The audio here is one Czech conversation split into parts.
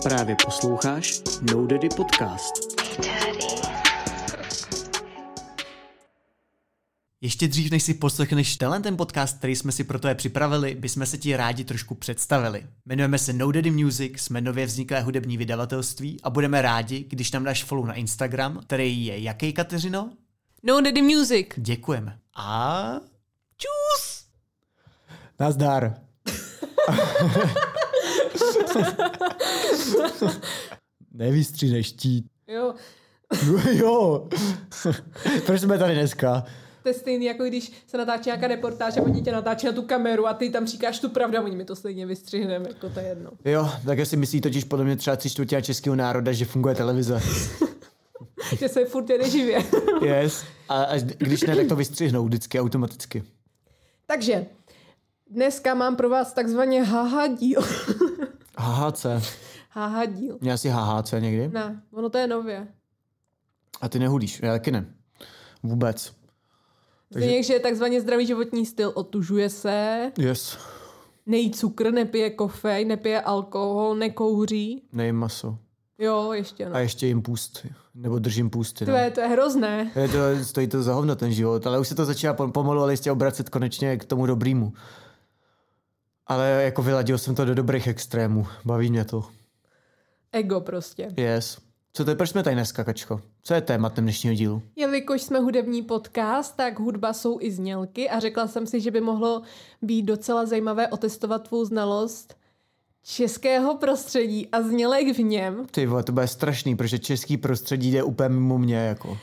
Právě posloucháš No Daddy Podcast. Ještě dřív, než si poslechneš ten podcast, který jsme si pro tebe připravili, bychom se ti rádi trošku představili. Jmenujeme se No Daddy Music, jsme nově vzniklé hudební vydavatelství a budeme rádi, když nám dáš follow na Instagram, který je jaký, Kateřino? No Daddy Music. Děkujeme. A čus! Nazdar. Nevystříneš štít. Jo. Jo. Proč jsme tady dneska? To je stejný, jako když se natáčí nějaká reportáž a oni tě natáčí na tu kameru a ty tam říkáš tu pravdu a oni mi to stejně vystřihneme, jako to je jedno. Jo, tak si myslí totiž podle mě třeba 3/4 českého národa, že funguje televize. Že se furt jede živě. Yes. A když ne, tak to vystřihnou vždycky automaticky. Takže, dneska mám pro vás takzvaně haha díl. HHC. Haha díl. Měl jsi HHC někdy? Ne, ono to je nově. A ty nehudíš, já taky ne. Vůbec. Takže... že je takzvaně zdravý životní styl, otužuje se, Yes. nejí cukr, nepije kofej, nepije alkohol, nekouří. Nejím maso. Jo, ještě no. A ještě jim půst. Nebo držím půsty. No. To je hrozné. Stojí to za hovno ten život, ale už se to začíná pomalu ale jistě obracet konečně k tomu dobrýmu. Ale jako vyladil jsem to do dobrých extrémů. Baví mě to. Ego prostě. Yes. Co to je, proč jsme tady dneska, Kačko? Co je tématem dnešního dílu? Jelikož jsme hudební podcast, tak hudba jsou i znělky a řekla jsem si, že by mohlo být docela zajímavé otestovat tvou znalost českého prostředí a znělek v něm. Ty vole, to bude strašný, protože český prostředí jde úplně mimo mě, jako.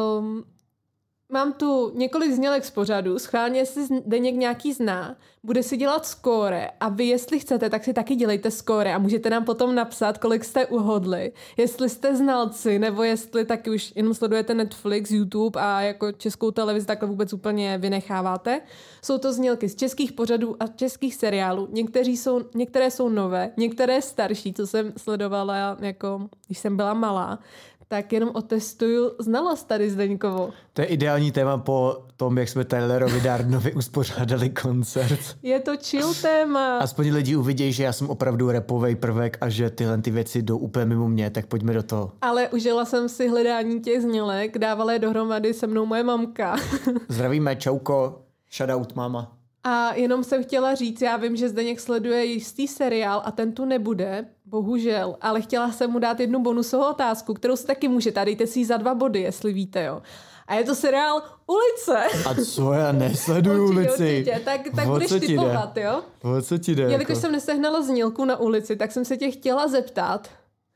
Mám tu několik znělek z pořadu, schválně, jestli Deněk nějaký zná, bude si dělat skóre a vy, jestli chcete, tak si taky dělejte skóre a můžete nám potom napsat, kolik jste uhodli, jestli jste znalci, nebo jestli taky už jenom sledujete Netflix, YouTube a jako českou televizi takhle vůbec úplně vynecháváte. Jsou to znělky z českých pořadů a českých seriálů, některé jsou nové, některé starší, co jsem sledovala, jako když jsem byla malá. Tak jenom otestuju znalost tady Zdeňkovo. To je ideální téma po tom, jak jsme Tylerovi Darnovi uspořádali koncert. Je to chill téma. Aspoň lidi uvidějí, že já jsem opravdu rapovej prvek a že tyhle ty věci jdou úplně mimo mě, tak pojďme do toho. Ale užila jsem si hledání těch znělek, dávala je dohromady se mnou moje mamka. Zdravíme, čauko, shoutout máma. A jenom jsem chtěla říct, já vím, že Zdeněk sleduje jistý seriál a ten tu nebude, bohužel, ale chtěla jsem mu dát jednu bonusovou otázku, kterou si taky můžete, dejte si ji za 2 body, jestli víte, jo. A je to seriál Ulice. A co, já nesleduju Ulici. Určitě, tak budeš typovat, jo. O co ti jde? Jelikož jsem nesehnala znělku na Ulici, tak jsem se tě chtěla zeptat,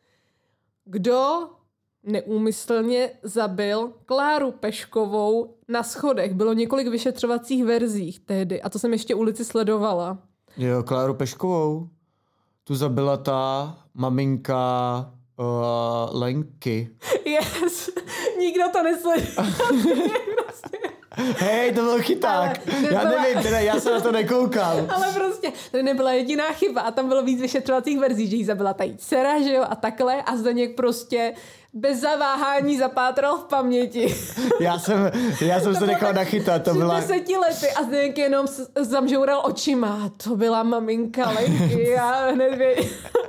kdo neúmyslně zabil Kláru Peškovou na schodech. Bylo několik vyšetřovacích verzích tehdy a to jsem ještě Ulici sledovala. Jo, Kláru Peškovou. Tu zabila ta maminka Lenky. Yes, nikdo to nesleduje. Hej, to byl chyták. Já nevím, teda já se na to nekoukám. Ale prostě, to nebyla jediná chyba a tam bylo víc vyšetřovacích verzí, že jí zabila ta jí dcera, že jo, a takhle a Zdeněk prostě bez zaváhání zapátral v paměti. Já jsem se nechal nachytat, to byla... 10 lety a Zdeněk jenom zamžoural očima. To byla maminka Lenky, já hned věděl.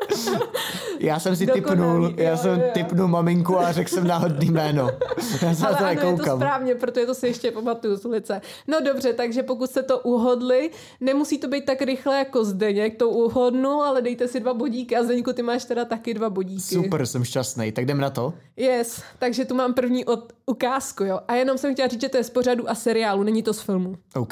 Já jsem si tipnul maminku a řekl jsem náhodný jméno. Já se na to nekoukám. Je to správně, protože to si ještě pamatuju z Ulice. No dobře, takže pokud jste to uhodli, nemusí to být tak rychle jako Zdeněk, to uhodnu, ale dejte si 2 bodíky a Zdeňku, ty máš teda taky 2 bodíky. Super, jsem šťastný, tak jdem na to. Yes, takže tu mám první ukázku, jo. A jenom jsem chtěla říct, že to je z pořadu a seriálu, není to z filmu. OK.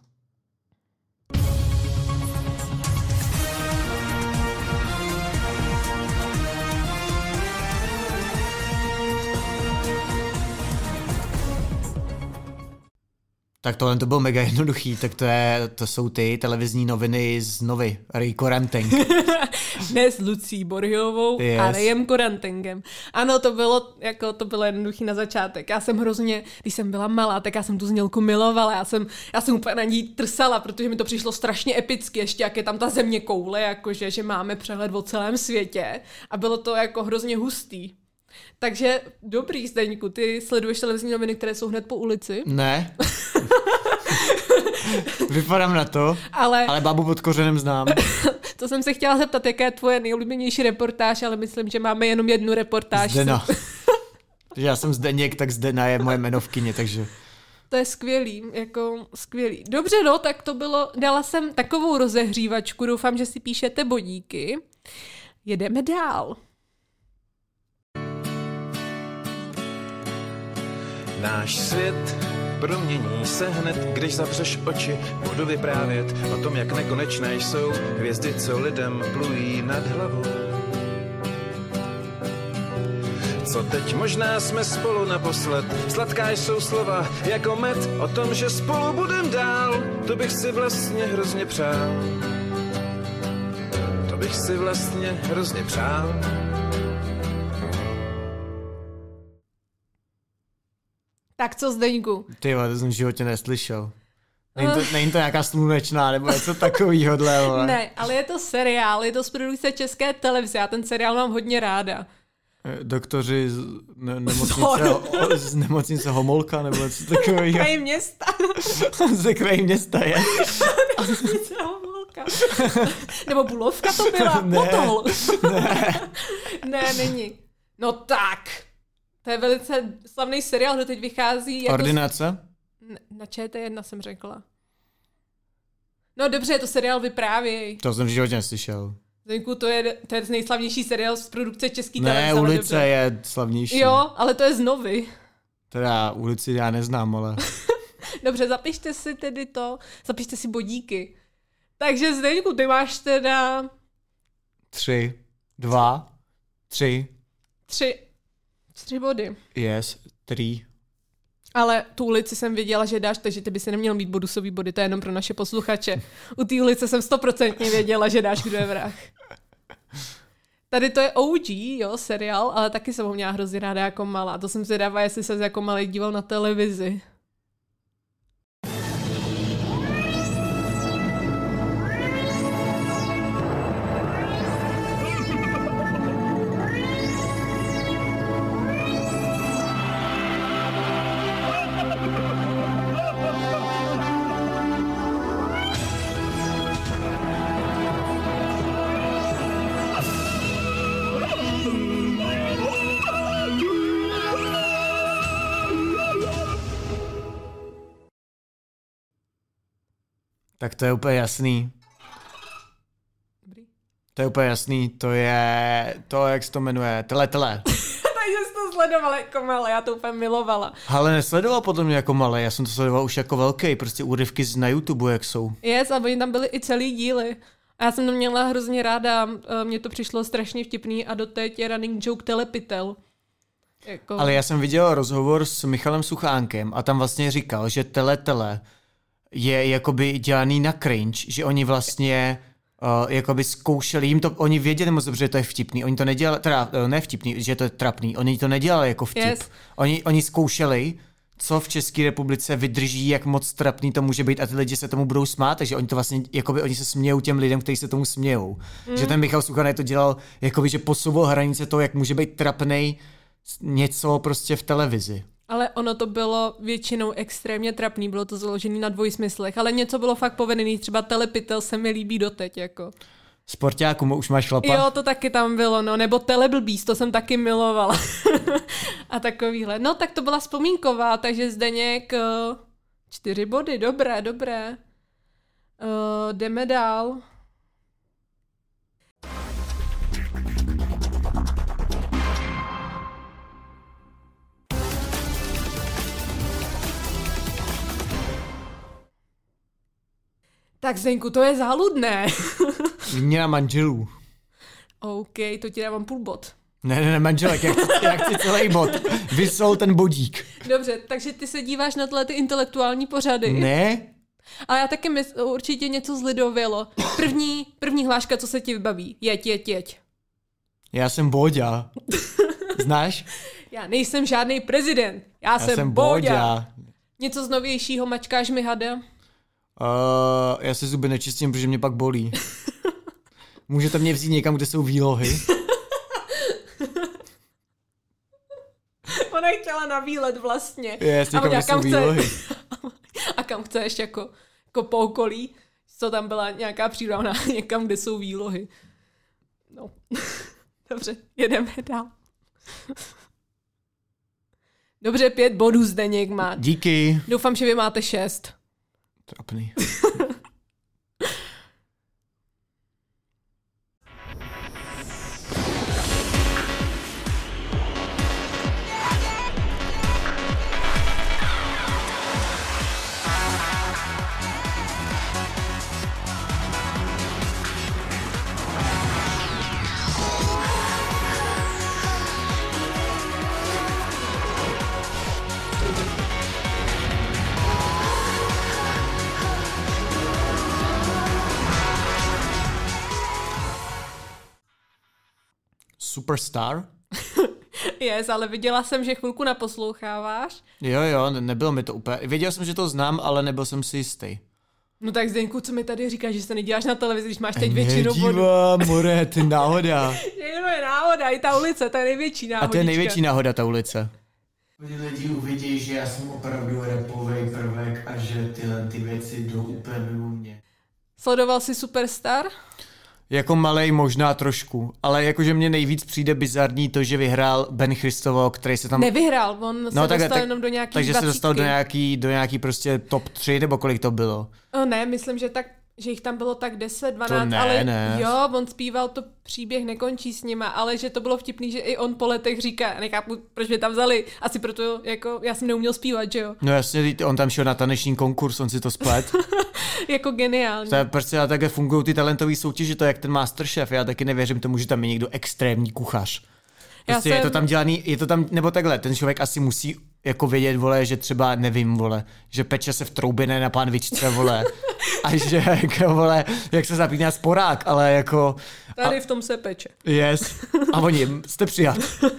Tak tohle to bylo mega jednoduchý, tak to jsou ty televizní noviny z Novy, Ray Koranteng. Ne s Lucí Borhiovou a Rayem Korantengem. Ano, to bylo jednoduchý na začátek. Já jsem hrozně, když jsem byla malá, tak já jsem tu znělku milovala. Já jsem úplně na ní trsala, protože mi to přišlo strašně epicky, ještě jak je tam ta země koule, jakože, že máme přehled o celém světě a bylo to jako hrozně hustý. Takže dobrý, Zdeňku, ty sleduješ televizní noviny, které jsou hned po ulici? Ne. Vypadám na to, ale Bábu pod kořenem znám. To jsem se chtěla zeptat, jaká je tvoje nejoblíbenější reportáž, ale myslím, že máme jenom jednu reportáž. Zdena. Že já jsem Zdeněk, tak Zdena je moje jmenovkyně, takže... To je skvělý, jako skvělý. Dobře, no, tak to bylo, dala jsem takovou rozehřívačku, doufám, že si píšete bodíky. Jedeme dál. Náš svět promění se hned, když zavřeš oči. Budu vyprávět o tom, jak nekonečné jsou hvězdy, co lidem plují nad hlavou. Co teď, možná jsme spolu naposled. Sladká jsou slova jako med o tom, že spolu budem dál. To bych si vlastně hrozně přál. To bych si vlastně hrozně přál. Tak co, Zdeňku? Ty to jsem v životě neslyšel. Není to nějaká slunečná nebo něco takovýho dle. Ne, ale je to seriál, je to z produkce České televize, já ten seriál mám hodně ráda. Doktoři z nemocnice Homolka nebo něco takového. Kraji města. Ze kraji města je. Nemocnice Homolka. Nebo Bulovka to byla? Motol. Ne, není. No tak. To je velice slavný seriál, kdo teď vychází. Jako Ordinace? Na ČT1 jsem řekla. No dobře, je to seriál Vyprávěj. To jsem v životě neslyšel. Zdenku, to je nejslavnější seriál z produkce České televize. Ne, Ulice je slavnější. Jo, ale to je z Novy. Teda Ulici já neznám, ale... Dobře, zapište si bodíky. Takže Zdenku, ty máš teda... 3, 2, 3. 3 body. Yes, 3. Ale tu Ulici jsem věděla, že dáš, takže ty by si neměl mít bonusový body, to je jenom pro naše posluchače. U té Ulice jsem 100% věděla, že dáš Kdo je vrah. Tady to je OG, jo, seriál, ale taky jsem ho měla hrozně ráda jako malá. To jsem zvědavá, jestli se jako malý díval na televizi. Tak to je úplně jasný. Dobrý. To je úplně jasný, to je to, jak se to jmenuje, Tele. Takže jsi to sledovala jako malé, já to úplně milovala. Ale nesledoval potom mě jako malé, já jsem to sledoval už jako velký, prostě úryvky na YouTube, jak jsou. Yes, a oni tam byly i celý díly. A já jsem to měla hrozně ráda, mně to přišlo strašně vtipný a doteď je running joke Telepytel. Jako... Ale já jsem viděl rozhovor s Michalem Suchánkem a tam vlastně říkal, že Tele je jakoby dělaný na cringe, že oni vlastně jakoby zkoušeli, oni věděli moc dobře, že to je vtipný, oni to nedělali, teda ne vtipný, že to je trapný, oni to nedělali jako vtip. Yes. Oni zkoušeli, co v České republice vydrží, jak moc trapný to může být a ty lidi se tomu budou smát, takže oni to vlastně, jakoby oni se smějou těm lidem, kteří se tomu smějou. Že ten Michal Suchanek to dělal, jakoby, že posouval hranice toho, jak může být trapnej něco prostě v televizi. Ale ono to bylo většinou extrémně trapný, bylo to založené na dvojsmyslech, ale něco bylo fakt povedený, třeba Telepytel se mi líbí doteď, jako. Sportáku, už máš chlapa? Jo, to taky tam bylo, no, nebo Teleblbíz, to jsem taky milovala. A takovýhle. No, tak to byla vzpomínková, takže Zdeněk 4 body, dobré. Jdeme dál. Tak Zdenku, to je záludné. Měla manželů. OK, to ti dávám půl bod. Ne, manželek, já chci celý bod. Vysol ten bodík. Dobře, takže ty se díváš na tyhle ty intelektuální pořady. Ne. Ale já taky určitě něco zlidovělo. První hláška, co se ti vybaví. Jeď. Já jsem Bóďa. Znáš? Já nejsem žádný prezident. Já jsem Bóďa. Něco z novějšího, mačkáš mi hada? Já se zuby nečistím, protože mě pak bolí. Můžete mě vzít někam, kde jsou výlohy? Ona chtěla na výlet vlastně. Někam, kde jsou výlohy. A kam chceš, jako jako po okolí, co tam byla nějaká příroda někam, kde jsou výlohy. No, dobře, jedeme dál. Dobře, 5 bodů Zdeněk má. Díky. Doufám, že vy máte 6. Trapný. Superstar? Yes, ale viděla jsem, že chvilku naposloucháváš. Jo, nebylo mi to úplně. Věděl jsem, že to znám, ale nebyl jsem si jistý. No tak Zdeňku, co mi tady říkáš, že se nedíváš na televizi, když máš teď většinu bodů. Nedívám, more, to je náhoda. Jenom je náhoda, i ta ulice, to je největší náhodička. A to je největší náhoda, ta ulice. Lidi uvidí, že já jsem opravdu rapovej prvek a že tyhle ty věci jdou úplně mimo mě. Sledoval jsi Superstar? Jako malej možná trošku, ale jakože mě nejvíc přijde bizarní to, že vyhrál Ben Christovo, který se tam... Nevyhrál, on se dostal jenom do nějaký 20. Takže se dostal do nějaký prostě top 3, nebo kolik to bylo? Ne, myslím, že jich tam bylo tak 10, 12, to ne, ale ne. Jo, on zpíval, to příběh nekončí s nima, ale že to bylo vtipný, že i on po letech říká, nechápu, proč mě tam vzali, asi proto, jako, já jsem neuměl zpívat, že jo. No jasně, on tam šel na taneční konkurs, on si to splet. Jako geniální. To je prostě takhle fungují ty talentové soutěže, to je jak ten Masterchef, já taky nevěřím tomu, že tam je někdo extrémní kuchař. Prostě je to tam dělaný, nebo takhle, ten člověk asi musí jako vědět, vole, že třeba, nevím, vole, že peče se v troubě, ne na pánvičce, vole, a že, jako, vole, jak se zapíná sporák, ale jako... Tady v tom se peče. Yes. A oni, jste přijat.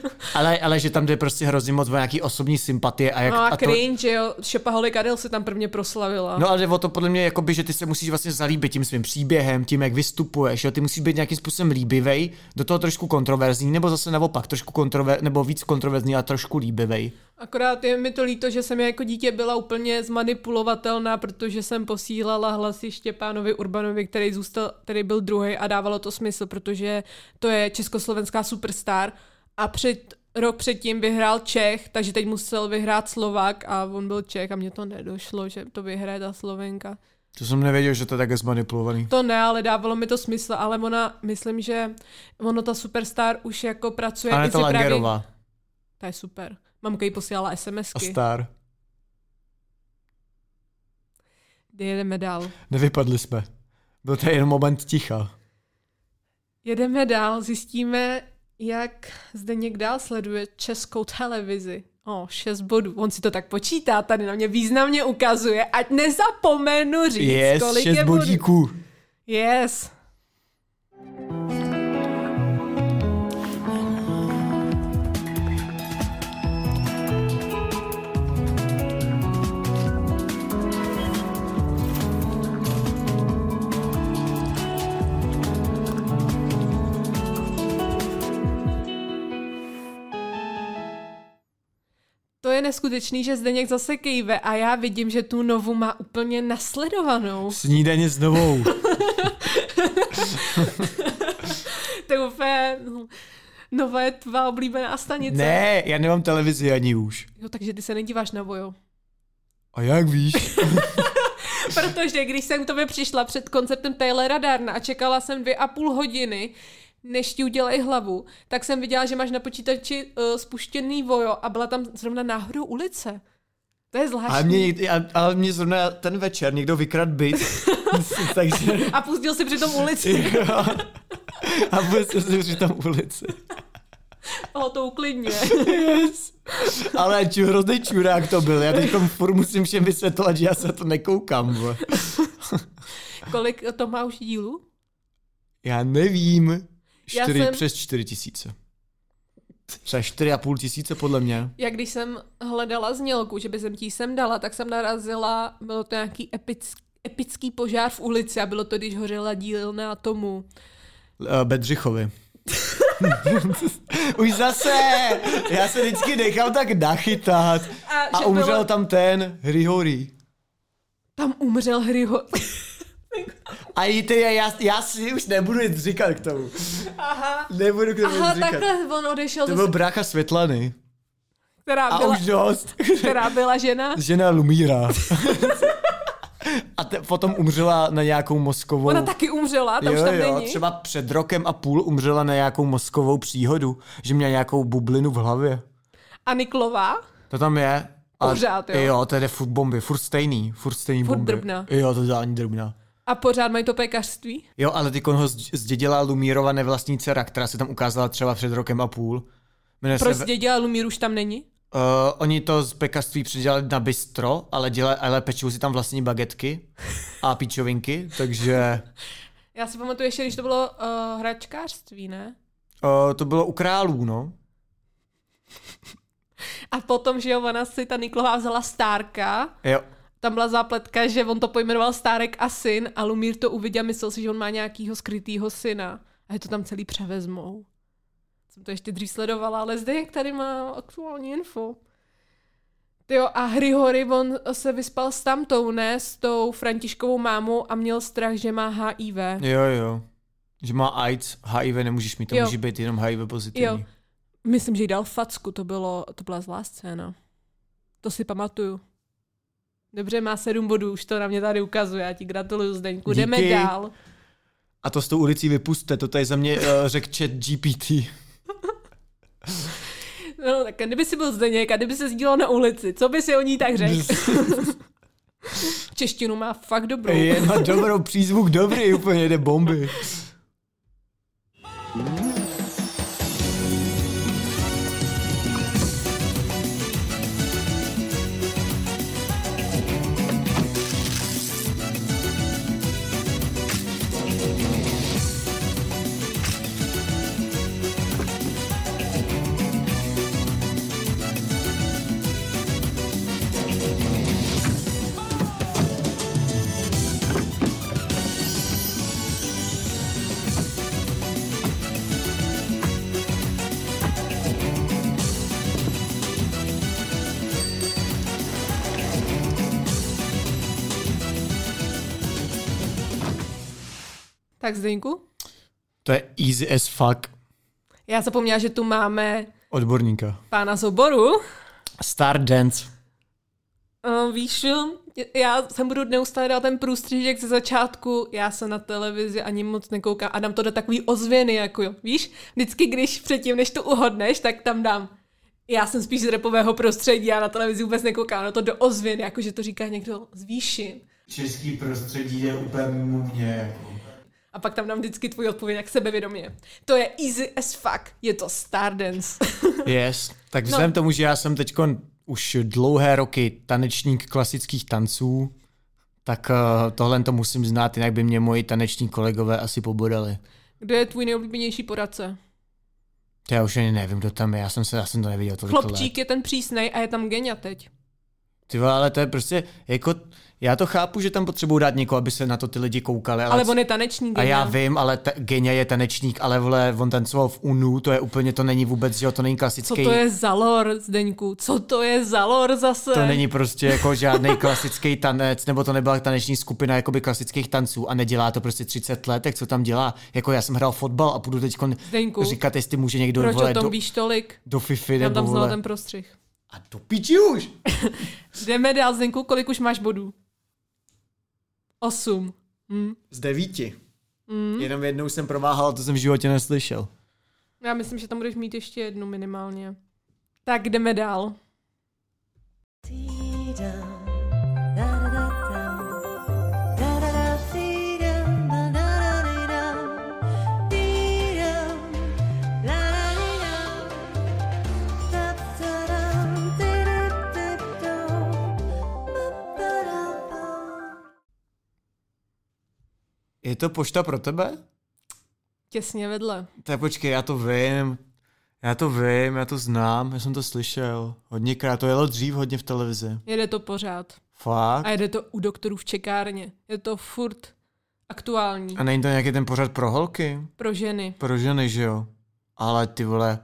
Ale že tam jde prostě hrozně moc o nějaký osobní sympatie. A jak, no a cringe, že jo, Šepaholik Adel se tam prvně proslavila. No ale jde o to podle mě, jakoby, že ty se musíš vlastně zalíbit tím svým příběhem, tím, jak vystupuješ, jo? Ty musíš být nějakým způsobem líbivej, do toho trošku kontroverzní, nebo zase naopak, trošku nebo víc kontroverzní, ale trošku líbivej. Akorát je mi to líto, že jsem jako dítě byla úplně zmanipulovatelná, protože jsem posílala hlasy Štěpánovi Urbanovi, který byl druhý a dávalo to smysl, protože to je československá superstar a rok předtím vyhrál Čech, takže teď musel vyhrát Slovák a on byl Čech a mně to nedošlo, že to vyhraje ta Slovenka. To jsem nevěděl, že to je tak zmanipulovaný. To ne, ale dávalo mi to smysl, ale myslím, že ta superstar už jako pracuje. Aneta Langerová. To je super. Mamka jí posílala SMSky. A Star. Jedeme dál. Nevypadli jsme. Byl to jen moment ticha. Jedeme dál, zjistíme, jak Zdeněk dál sleduje Českou televizi. 6 bodů. On si to tak počítá, tady na mě významně ukazuje, ať nezapomenu říct, kolik 6 je bodíků. Yes. To je neskutečný, že Zdeněk zase kejve a já vidím, že tu Novu má úplně nasledovanou. Snídaně s Novou. To je úplně... Nova je tvá oblíbená stanice. Ne, já nemám televizi ani už. Jo, takže ty se nedíváš na Vojo. A jak víš? Protože když jsem k tobě přišla před koncertem Taylora Darna a čekala jsem 2,5 hodiny, než ti udělají hlavu, tak jsem viděla, že máš na počítači spuštěný Vojo a byla tam zrovna náhodou ulice. To je zvláštní. Ale mě zrovna ten večer někdo vykradl byt. Takže... A pustil si přitom ulici. A pustil si přitom ulici. To uklidňuje. Yes. Ale hrozný čurák to byl. Já teď furt musím všem vysvětlovat, že já se to nekoukám. Kolik to má už dílů? Já nevím. Přes 4 000. Přes 4,5 tisíce podle mě. Jak když jsem hledala znělku, že by jsem ti sem dala, tak jsem narazila, bylo to nějaký epický požár v ulici a bylo to, když hořela dílna tomu. Bedřichovi. Už zase! Já se vždycky nechám tak nachytat. A umřel tam ten Hrihory. Tam umřel Hryho. A já si už nebudu nic říkat k tomu. Aha. Nebudu k tomu nic říkat. Takhle on odešel. To byl brácha Světlany. Která byla, už dost. která byla žena. Žena Lumíra. A potom umřela na nějakou mozkovou... Ona taky umřela, ta už tam není. Třeba před rokem a půl umřela na nějakou mozkovou příhodu, že měla nějakou bublinu v hlavě. A Niklová? To tam je. Pořád, jo. Jo, to jde furt bomby, furt stejný Furt bomby. drbna. Jo, to dání drbna. A pořád mají to pekařství? Jo, ale teď ho zdědila Lumírova nevlastní dcera, která se tam ukázala třeba před rokem a půl. Proč zdědila Lumír, už tam není? Oni to z pekařství předělali na bistro, ale pečou si tam vlastní bagetky a píčovinky, takže... Já si pamatuju ještě, když to bylo hračkářství, ne? To bylo u králů, no. A potom, že jo, ona si ta Niklová vzala Stárka. Jo. Tam byla zápletka, že on to pojmenoval Stárek a syn a Lumír to uviděl a myslel si, že on má nějakýho skrytýho syna. A je to tam celý převezmou. Jsem to ještě dřív sledovala, ale zde jak tady má aktuální info. Tyjo, a Hryhory, on se vyspal s tamtou, ne? S tou Františkovou mámou a měl strach, že má HIV. Jo. Že má AIDS, HIV nemůžeš mít, to může být jenom HIV pozitivní. Jo. Myslím, že jí dal facku, to byla zlá scéna. To si pamatuju. Dobře, má 7 bodů, už to na mě tady ukazuje, já ti gratuluju, Zdeňku. Díky. Jdeme dál. A to s tou ulicí vypuste, to tady za mě řekl ChatGPT. No, tak kdyby si byl Zdeněk a kdyby se sdílel na ulici, co by si o ní tak řekl? Češtinu má fakt dobrou. Je na dobrou, přízvuk dobrý, úplně jde bomby. Tak Zdeňku? To je easy as fuck. Já zapomněla, že tu máme Odborníka. pána z oboru. Stardance. Víš, já jsem budu neustále dát ten průstřižek ze začátku, já se na televizi ani moc nekoukám a dám to do takový ozvěny, jako jo. Víš, vždycky, když předtím, než to uhodneš, tak tam dám. Já jsem spíš z rapového prostředí, já na televizi vůbec nekoukám, na to do ozvěn, jakože to říká někdo z výšin. Český prostředí je úplně mimo mě. A pak tam dám vždycky tvůj odpověď, jak sebevědomě. To je easy as fuck, je to Stardance. Yes, tak vzhledem tomu, že já jsem teď už dlouhé roky tanečník klasických tanců, tak tohle to musím znát, jinak by mě moji taneční kolegové asi pobodali. Kdo je tvůj nejoblíbenější poradce? Já už ani nevím, kdo tam je, já jsem to neviděl tolik let. Chlopčík je ten přísnej a je tam Genia teď. Ty vole, ale to je prostě, jako, já to chápu, že tam potřebují dát někoho, aby se na to ty lidi koukali. Ale on je tanečník. A já vím, ale Genia je tanečník, ale vole, on tancoval v UNU, to je úplně, to není vůbec, že jo, to není klasický. Co to je za lore, Zdeňku? Co to je za lore zase? To není prostě jako žádný klasický tanec, nebo to nebyla taneční skupina jakoby klasických tanců a nedělá to prostě 30 let, tak co tam dělá? Jako já jsem hrál fotbal a půjdu teď říkat, jestli může někdo proč vole, o tom víš tolik? do FIFA nebo tam znal ten prostřih. A do piči už! Jdeme dál, Zdeňku, kolik už máš bodů? 8. Z 9. Jenom jednou jsem prováhal, to jsem v životě neslyšel. Já myslím, že tam budeš mít ještě jednu minimálně. Tak jdeme dál. Je to pošta pro tebe? Těsně vedle. Tak počkej, já to vím, já to znám, já jsem to slyšel. Hodněkrát, to jelo dřív hodně v televizi. Jede to pořád. Fakt? A jede to u doktorů v čekárně. Je to furt aktuální. A není to nějaký ten pořad pro holky? Pro ženy. Pro ženy, že jo? Ale ty vole...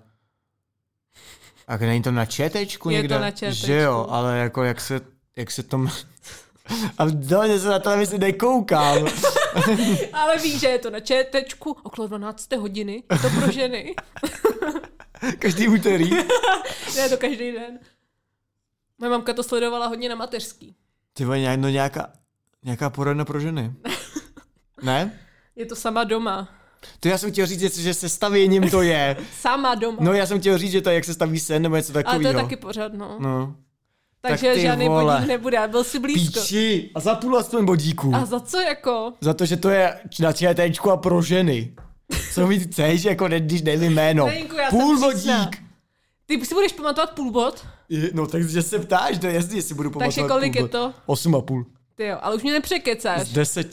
A není to na ČTčku někde? Je to na ČTčku. Že jo, ale jako jak se to... A dohodně se na televizi nekoukám. Ale víš, že je to na ČTčku okolo 12 hodiny. Je to pro ženy. Každý úterý. Ne, je to každý den. Moje mamka to sledovala hodně na mateřský. Ty vole, nějaká poradna pro ženy. Ne? Je to sama doma. To já jsem chtěl říct, že se stavěním to je. Sama doma. No já jsem chtěl říct, že to je, jak se staví sen, nebo něco takového. Ale to je taky pořád, no. No. Takže tak žádný vole. bodík nebude, byl si blízko. Píči, a za půl aspoň bodíků. A za co jako? Za to, že to je na ČTčku a pro ženy. Co mi chceš, jako když nevím jméno. Nejinku, já Půl jsem přísná. bodík. Ty si budeš pamatovat půl bod? No takže se ptáš, to je jasný, jestli budu pamatovat. Takže kolik půl je to? 8,5. Ty jo, ale už mě nepřekecáš. Z 10.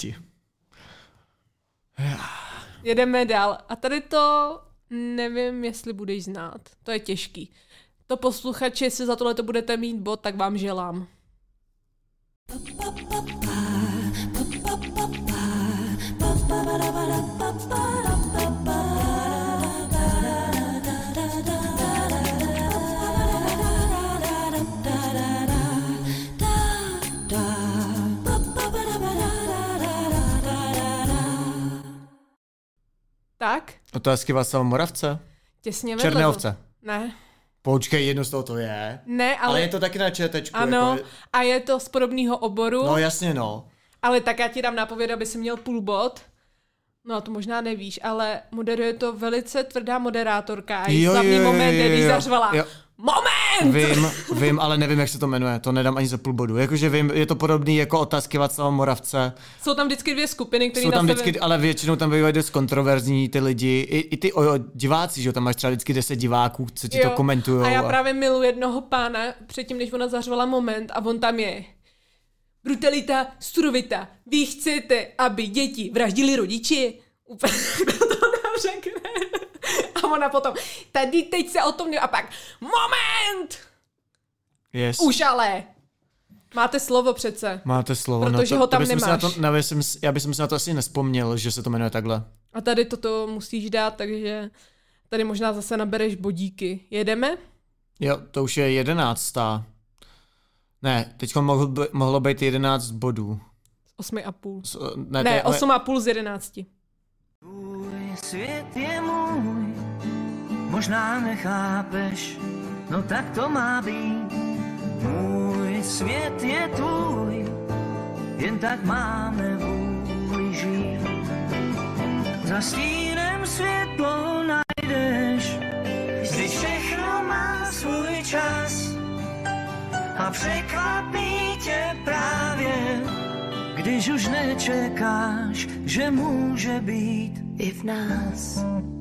Jedeme dál. A tady to nevím, jestli budeš znát. To je těžký. To posluchači, jestli za tohle to budete mít bod, tak vám želám. Tak? Otázky Václava Moravce? Těsně vedle. Černé to. ovce. Ne. Počkej, jedno z toho to je. Ne, ale je to taky na ČTčku. ano, Jako... a je to z podobného oboru, No jasně, no. ale tak já ti dám nápovědu, aby si měl půl bod. No, to možná nevíš, ale moderuje to velice tvrdá moderátorka a její slavný moment, když zařvala. Jo. Moment! Vím, ale nevím, jak se to jmenuje. To nedám ani za půl bodu. Jakože vím, je to podobný jako otázky Václava Moravce. Jsou tam vždycky dvě skupiny, které Jsou tam na vždycky, sebe... ale většinou tam bývají dost kontroverzní ty lidi. I ty diváci, že jo, tam máš třeba vždycky 10 diváků, co ti to komentujou. A já právě miluji jednoho pána, předtím, než ona zařvala moment a on tam je. Brutalita, surovita. Vy chcete, aby děti vraždili rodiči? Úplně to tam řekne. A ona potom, tady teď se o tom a pak, moment! Yes. Už ale. Máte slovo přece. Máte slovo. Protože no ho tam bych si nemáš. já bych si na to asi nespomněl, že se to jmenuje takhle. A tady toto musíš dát, takže tady možná zase nabereš bodíky. Jedeme? Jo, to už je 11. Ne, teď mohlo být 11 bodů. 8,5. Ne, Ne, 8,5 z 11. Tvůj svět je můj, možná nechápeš, no tak to má být. Můj svět je tvůj, jen tak máme vůli žít. Za stínem světlo najdeš, když všechno má svůj čas. A překvapí tě právě, když už nečekáš, že může být i v nás.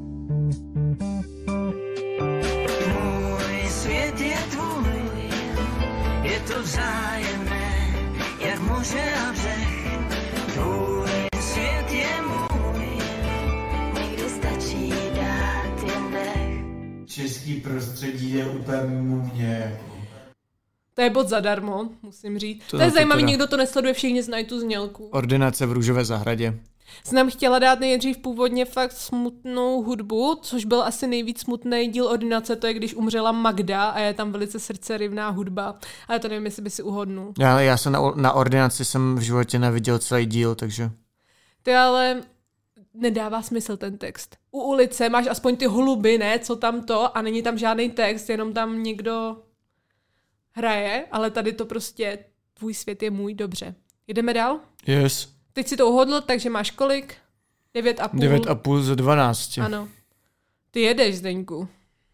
Můj svět je tvůj, je to vzájemné, jak moře a břeh. Tvůj svět je můj, někdy stačí dát jen dech. Český prostředí je úplně mimo mě. To je bod zadarmo, musím říct. To no, je zajímavý, teda. někdo to nesleduje, všichni znají tu znělku. Ordinace v Růžové zahradě. Jsem chtěla dát nejdřív původně fakt smutnou hudbu, což byl asi nejvíc smutný díl Ordinace, to je když umřela Magda a je tam velice srdcerivná hudba. Ale to nevím, jestli by si uhodnul. Já jsem na Ordinaci jsem v životě neviděl celý díl, takže... Ty ale nedává smysl ten text. U ulice máš aspoň ty holuby, ne, co tam to, a není tam žádný text, jenom tam někdo hraje, ale tady to prostě tvůj svět je můj, dobře. Jdeme dál? Yes. Teď si to uhodl, takže máš kolik? 9,5. 9,5 z 12. Ano. Ty jedeš, Zdeňku.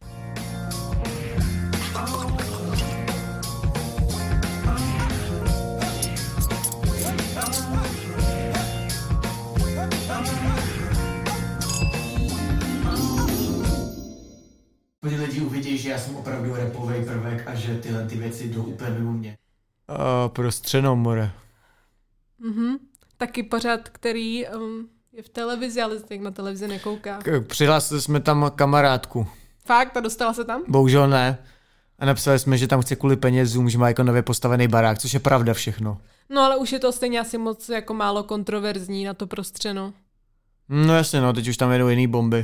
Lidi uvidí, že já jsem opravdu rapový prvek a že tyhle ty věci jdou úplně mimo mě. Pro Středomore. Mhm. Taky pořad, který je v televizi, ale tak na televizi nekouká. Přihlásili jsme tam kamarádku. Fakt? A dostala se tam? Bohužel ne. A napsali jsme, že tam chce kvůli penězům, že má jako nově postavený barák, což je pravda všechno. No ale už je to stejně asi moc jako málo kontroverzní na to prostřeno. No jasně, no, teď už tam jedou jiný bomby.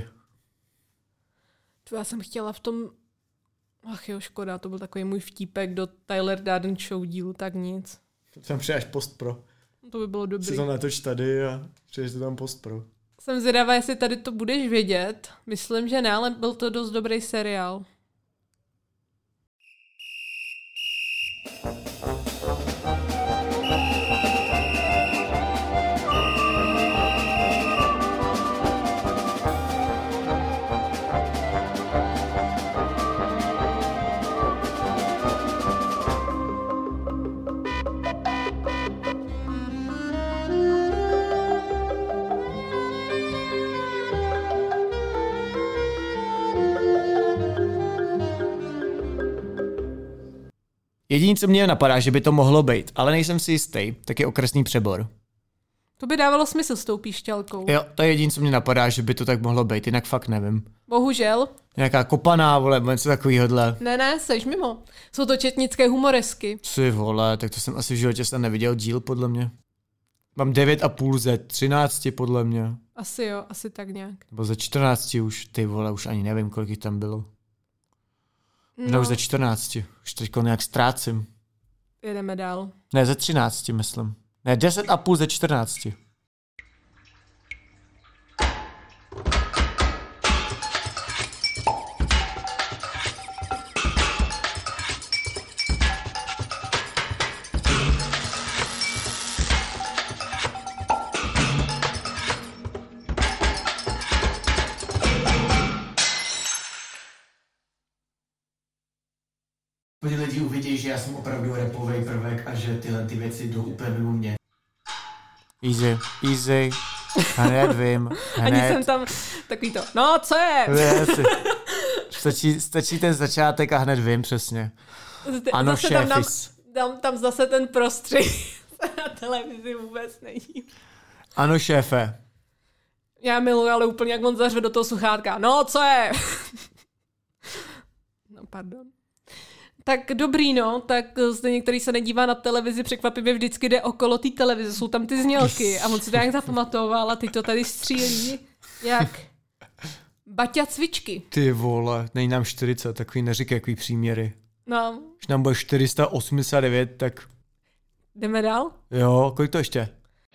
Já jsem chtěla v tom... Ach jo, škoda, to byl takový můj vtípek do Tyler Durden Show dílu, tak nic. To tam přijde až post-pro. To by bylo dobrý. Si to natoč tady a přijdeš to tam post-pro. Jsem zvědavá, jestli tady to budeš vědět. Myslím, že ne, ale byl to dost dobrý seriál. Jediné, co mě napadá, že by to mohlo být, ale nejsem si jistý, tak je Okresný přebor. To by dávalo smysl s tou píšťalkou. Jo, to je jediné, co mě napadá, že by to tak mohlo být, jinak fakt nevím. Bohužel. Nějaká kopaná, vole, něco takovýhodle. Ne, seš mimo. Jsou to četnické humoresky. Ty vole, tak to jsem asi v životě snad neviděl díl, podle mě. Mám 9,5 ze 13, podle mě. Asi jo, asi tak nějak. Nebo ze 14 už, ty vole, už ani nevím, kolik jich tam bylo. No, Už ze 14, už teďko nějak ztrácím. jedeme dál. Ne, ze 13, myslím. Ne, 10,5 ze 14. Když lidi uvidí, že já jsem opravdu rapový prvek a že tyhle ty věci jdou úplně mimo mě. Easy. Hned vím, Ani hned. jsem tam takový to, no co je? Stačí ten začátek a hned vím přesně. Ano, Zase šéfis. tam zase ten prostřih na televizi vůbec není. Ano, šéfe. Já miluji, ale úplně jak on zařve do toho sluchátka. No, co je? No, pardon. Tak dobrý, no, tak zde některý se nedívá na televizi, překvapivě vždycky jde okolo té televize, jsou tam ty znělky a on si to nějak zapamatoval a ty to tady střílí. Jak? Baťa cvičky. Ty vole, není nám 40, takový neříkej, jaký příměry. No, Když nám bude 489, tak jdeme dál? jo, kolik to ještě?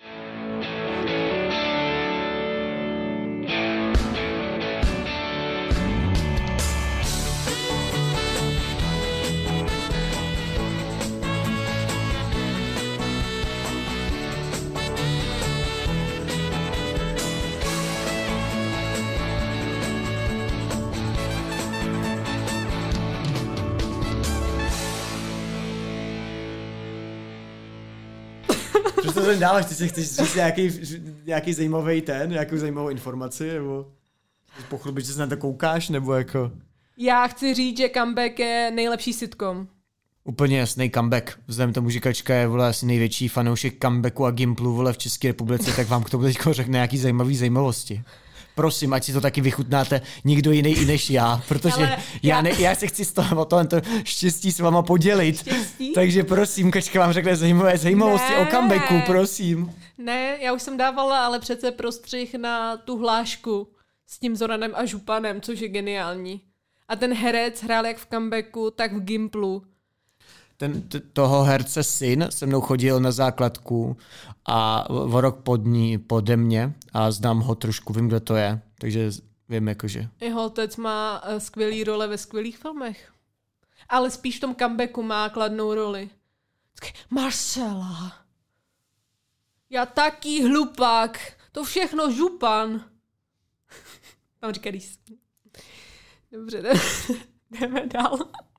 Proč to dáváš? Ty si chceš říct nějaký zajímavý nějakou zajímavou informaci, nebo pochlubit, že se na to koukáš, nebo jako... Já chci říct, že Comeback je nejlepší sitcom. Úplně jasný comeback. Vzhledem tomu, že Kačka je vole asi největší fanoušek comebacku a Gimplu vole v České republice, tak vám k tomu teďko řekne nějaký zajímavosti. Prosím, ať si to taky vychutnáte nikdo jiný i než já, protože já se chci z toho o tohle štěstí s váma podělit. Štěstí? Takže prosím, Kačka vám řekne zajímavosti o comebacku, prosím. Ne, já už jsem dávala, ale přece prostřih na tu hlášku s tím Zoranem a Županem, což je geniální. A ten herec hrál jak v Comebacku, tak v Gimplu. Toho herce syn se mnou chodil na základku a o rok pode mě a znám ho trošku, vím, kdo to je, takže vím jakože. Jeho otec má skvělý role ve skvělých filmech. Ale spíš v tom Comebacku má kladnou roli. Marcela. Já taky hlupák. To všechno Župan. Tam říká Rýs. Dobře, jdeme dál.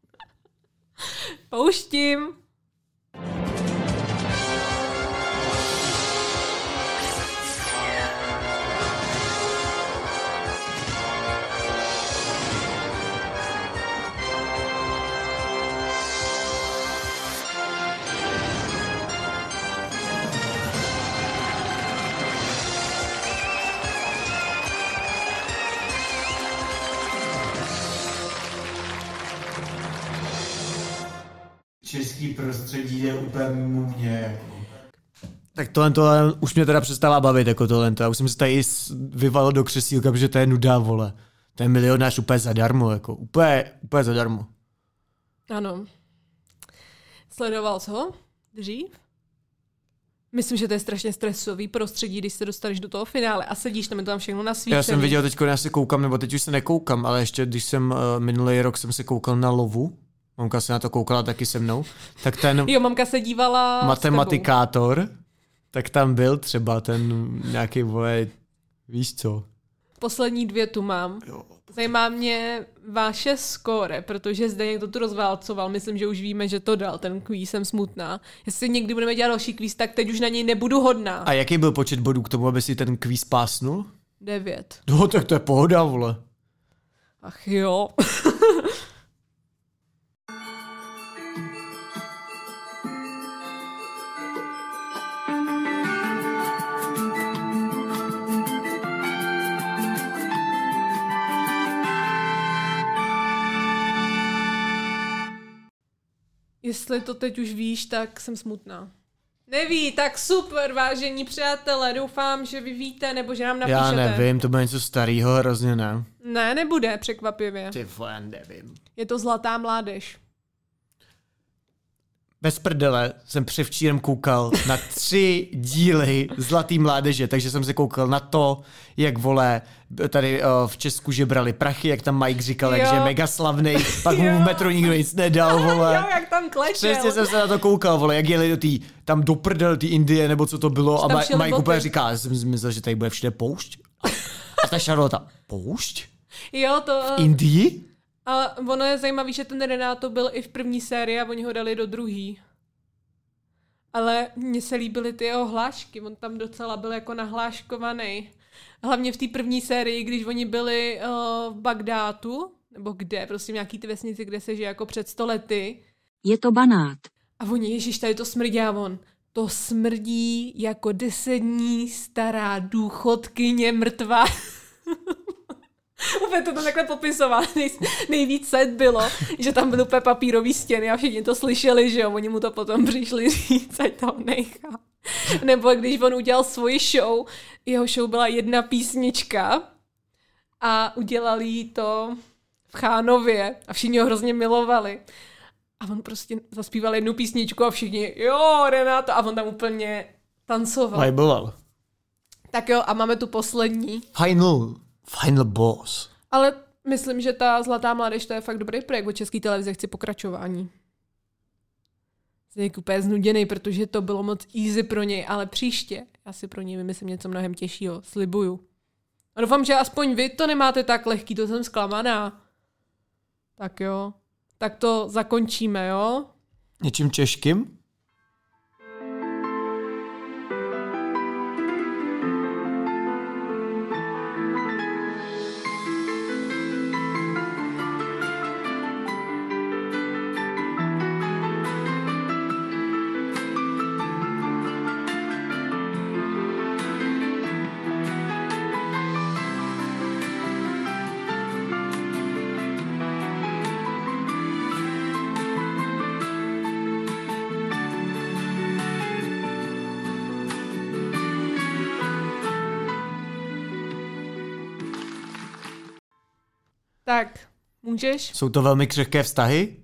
Pouštím. Český prostředí je úplně mimo mě. Tak tohle už mě teda přestává bavit jako tohle. Já už jsem se tady vyvalil do křesílka, protože to je nuda, vole. To je Milionář úplně zadarmo, jako úplně zadarmo. Ano. Sledoval jsi ho dřív? Myslím, že to je strašně stresový prostředí, když se dostaneš do toho finále a sedíš tam, je to tam všechno nasvícený. Já jsem viděl teďko, já se koukám, nebo teď už se nekoukám, ale ještě když jsem minulý rok jsem se koukal na Lovu, mamka se na to koukala taky se mnou, tak ten Jo, mamka se dívala matematikátor, tak tam byl třeba ten nějaký, vole, víš co? Poslední 2 tu mám. Zajímá mě vaše skóre, protože zde někdo tu rozválcoval. Myslím, že už víme, že to dal, ten kvíz, jsem smutná. Jestli někdy budeme dělat další kvíz, tak teď už na něj nebudu hodná. A jaký byl počet bodů k tomu, aby si ten kvíz pásnul? 9. No, tak to je pohoda, vole. Ach jo. Jestli to teď už víš, tak jsem smutná. Neví, tak super, vážení přátelé, doufám, že vy víte, nebo že nám napíšete. Já nevím, to bude něco starého, hrozně ne. Ne, nebude, překvapivě. Ty vole, nevím. Je to Zlatá mládež. Bez prdele jsem převčírem koukal na 3 díly Zlatý mládeže, takže jsem se koukal na to, jak, vole, tady v Česku žebrali prachy, jak tam Mike říkal, jak že je mega slavnej, pak mu v metru nikdo nic nedal, vole. Jo, jak tam klečel. Přesně jsem se na to koukal, vole, jak jeli tam do prdel ty Indie, nebo co to bylo, a Mike úplně říká, já jsem myslel, že tady bude všude poušť. A ta Charlotte, poušť? Jo, to... V Indii? A ono je zajímavý, že ten Renato byl i v první sérii a oni ho dali do druhý. Ale mně se líbily ty jeho hlášky, on tam docela byl jako nahláškovaný. Hlavně v té první sérii, když oni byli v Bagdátu, nebo kde, prostě nějaký ty vesnici, kde se žije jako před 100 lety. Je to Banát. A oni, ježiš, tady to smrdí a on. To smrdí jako 10 dní stará důchodkyně mrtvá. Úplně to tam takhle popisoval. Nejvíc set bylo, že tam byly úplně papírový stěny a všichni to slyšeli, že jo, oni mu to potom přišli říct, ať to nechá. Nebo když on udělal svoji show, jeho show byla 1 písnička a udělali jí to v Chánově a všichni ho hrozně milovali. A on prostě zaspíval 1 písničku a všichni, jo, Renato, a on tam úplně tancoval. Hajboval. Tak jo, a máme tu poslední. Final boss. Ale myslím, že ta Zlatá mládež, to je fakt dobrý projekt, o České televizi chci pokračování. Jsem úplně znuděnej, protože to bylo moc easy pro něj, ale příště já si pro něj vymyslím něco mnohem těžšího, slibuju. A doufám, že aspoň vy to nemáte tak lehký, to jsem zklamaná. Tak jo, tak to zakončíme, jo? Něčím těžkým? Tak, můžeš? Jsou to velmi křehké vztahy?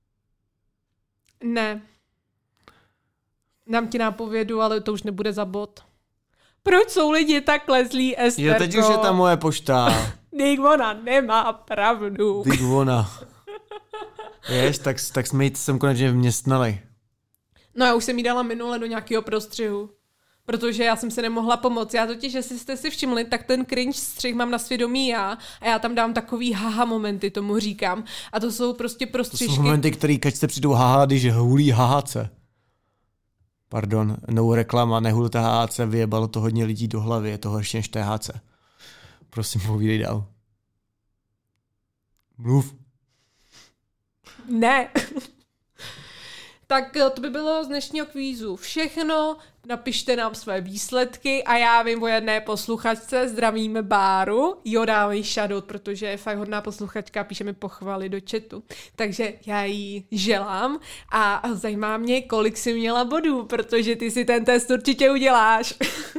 Ne. Dám ti nápovědu, ale to už nebude za bod. Proč jsou lidi takhle zlí, Esterko? Jo, teď už je ta moje pošta. Dík, ona nemá pravdu. Dík, ona. Jež, tak jsme ji sem konečně vměstnali. No já už jsem jí dala minule do nějakého prostřihu. Protože já jsem se nemohla pomoct. Já totiž, jestli jste si všimli, tak ten cringe střih mám na svědomí já a já tam dám takový haha momenty, tomu říkám. A to jsou prostě prostřižky. To jsou momenty, který každce přijdou haha, když hulí hahace. Pardon, no reklama, nehulte HHC, vyjebalo to hodně lidí do hlavy, je to horší než THC. Prosím, povídej dál. Mluv. Ne. Tak to by bylo z dnešního kvízu všechno. Napište nám své výsledky a já vím o jedné posluchačce, zdravíme Báru. Jo, dáme jí shoutout, protože je fakt hodná posluchačka, píše mi pochvaly do chatu. Takže já jí želám a zajímá mě, kolik jsi měla bodů, protože ty si ten test určitě uděláš.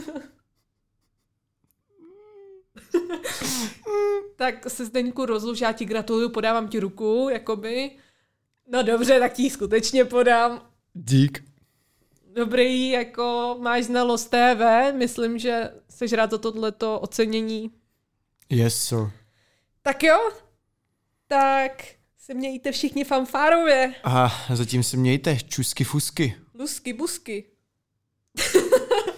Tak se Zdeňku rozluč, já ti gratuluju, podávám ti ruku, jakoby. No dobře, tak ti ji skutečně podám. Dík. Dobrý, jako máš znalost TV, myslím, že seš rád za tohleto ocenění. Yes, sir. Tak jo, tak se mějte všichni fanfárově. A zatím se mějte, čusky fusky. Lusky, busky.